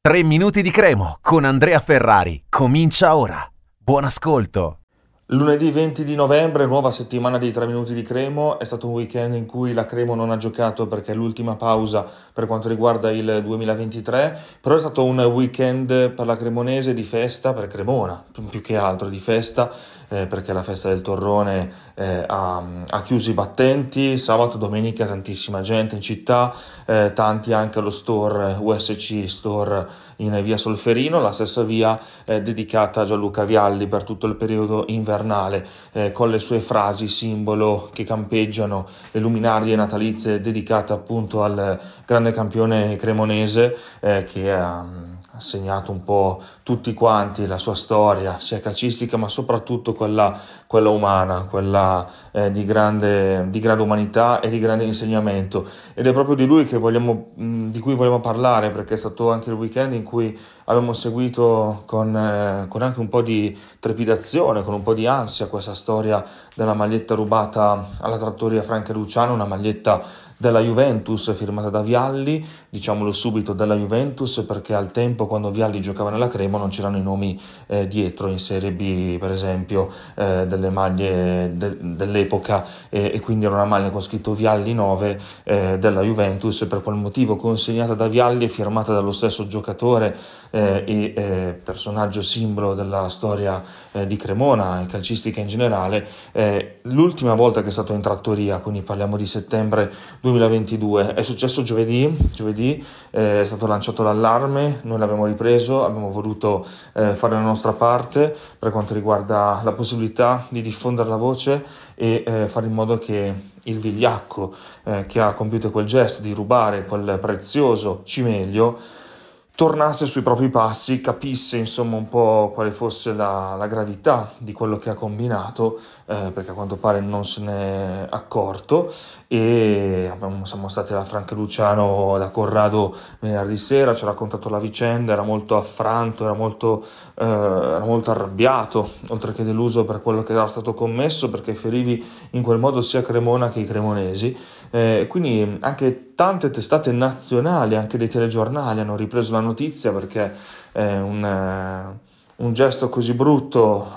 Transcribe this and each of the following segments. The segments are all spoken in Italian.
3 minuti di Cremo con Andrea Ferrari. Comincia ora. Buon ascolto. Lunedì 20 di novembre, nuova settimana di 3 minuti di Cremo. È stato un weekend in cui la Cremo non ha giocato perché è l'ultima pausa per quanto riguarda il 2023, però è stato un weekend per la Cremonese di festa, per Cremona più che altro di festa, perché la festa del Torrone ha chiuso i battenti. Sabato, domenica tantissima gente in città, tanti anche allo store USC Store in via Solferino, la stessa via dedicata a Gianluca Vialli per tutto il periodo invernale, con le sue frasi simbolo che campeggiano, le luminarie natalizie dedicate appunto al grande campione cremonese, che ha segnato un po' tutti quanti la sua storia, sia calcistica ma soprattutto quella umana, quella di grande umanità e di grande insegnamento. Ed è proprio di lui di cui vogliamo parlare, perché è stato anche il weekend in cui abbiamo seguito con anche un po' di trepidazione, con un po' di ansia, questa storia della maglietta rubata alla trattoria Franca e Luciano, una maglietta della Juventus firmata da Vialli, diciamolo subito, della Juventus, perché al tempo, quando Vialli giocava nella Cremo, non c'erano i nomi dietro in Serie B, per esempio, delle maglie dell'epoca, e quindi era una maglia con scritto Vialli 9 della Juventus. Per quel motivo consegnata da Vialli e firmata dallo stesso giocatore e personaggio simbolo della storia di Cremona e calcistica in generale. L'ultima volta che è stato in trattoria, quindi parliamo di settembre 2022, è successo giovedì, è stato lanciato l'allarme, noi l'abbiamo ripreso, abbiamo voluto fare la nostra parte per quanto riguarda la possibilità di diffondere la voce e fare in modo che il vigliacco che ha compiuto quel gesto di rubare quel prezioso cimelio tornasse sui propri passi, capisse insomma un po' quale fosse la gravità di quello che ha combinato, perché a quanto pare non se n'è accorto. E siamo stati alla Franca Luciano da Corrado venerdì sera, ci ha raccontato la vicenda, era molto affranto, era molto arrabbiato, oltre che deluso per quello che era stato commesso, perché ferivi in quel modo sia Cremona che i cremonesi. Quindi anche tante testate nazionali, anche dei telegiornali, hanno ripreso la notizia, perché un gesto così brutto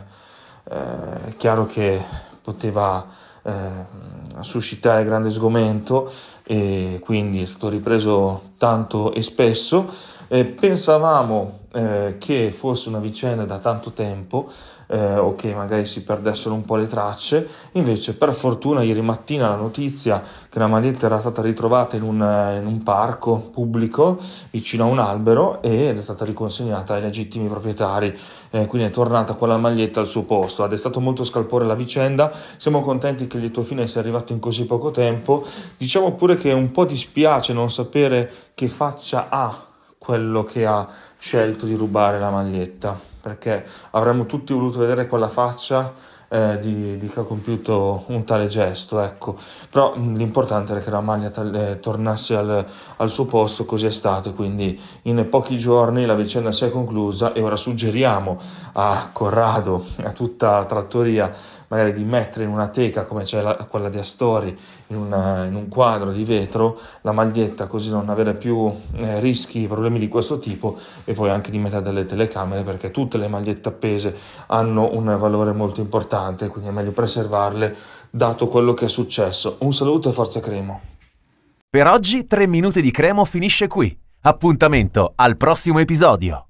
è chiaro che poteva suscitare grande sgomento, e quindi è stato ripreso tanto e spesso. Pensavamo che fosse una vicenda da tanto tempo, o che magari si perdessero un po' le tracce. Invece, per fortuna, ieri mattina la notizia che la maglietta era stata ritrovata in un parco pubblico vicino a un albero ed è stata riconsegnata ai legittimi proprietari, quindi è tornata quella maglietta al suo posto. Ha destato molto scalpore la vicenda, siamo contenti che il lieto fine sia arrivato in così poco tempo. Diciamo pure che un po' dispiace non sapere che faccia ha quello che ha scelto di rubare la maglietta, perché avremmo tutti voluto vedere quella faccia di chi ha compiuto un tale gesto, ecco. Però l'importante era che la maglia tornasse al suo posto, così è stato. Quindi in pochi giorni la vicenda si è conclusa e ora suggeriamo a Corrado, a tutta la trattoria, magari di mettere in una teca come c'è quella di Astori, in un quadro di vetro, la maglietta, così non avere più rischi, problemi di questo tipo, e poi anche di mettere delle telecamere, perché tutte le magliette appese hanno un valore molto importante, quindi è meglio preservarle dato quello che è successo. Un saluto e forza Cremo. Per oggi 3 minuti di Cremo finisce qui. Appuntamento al prossimo episodio.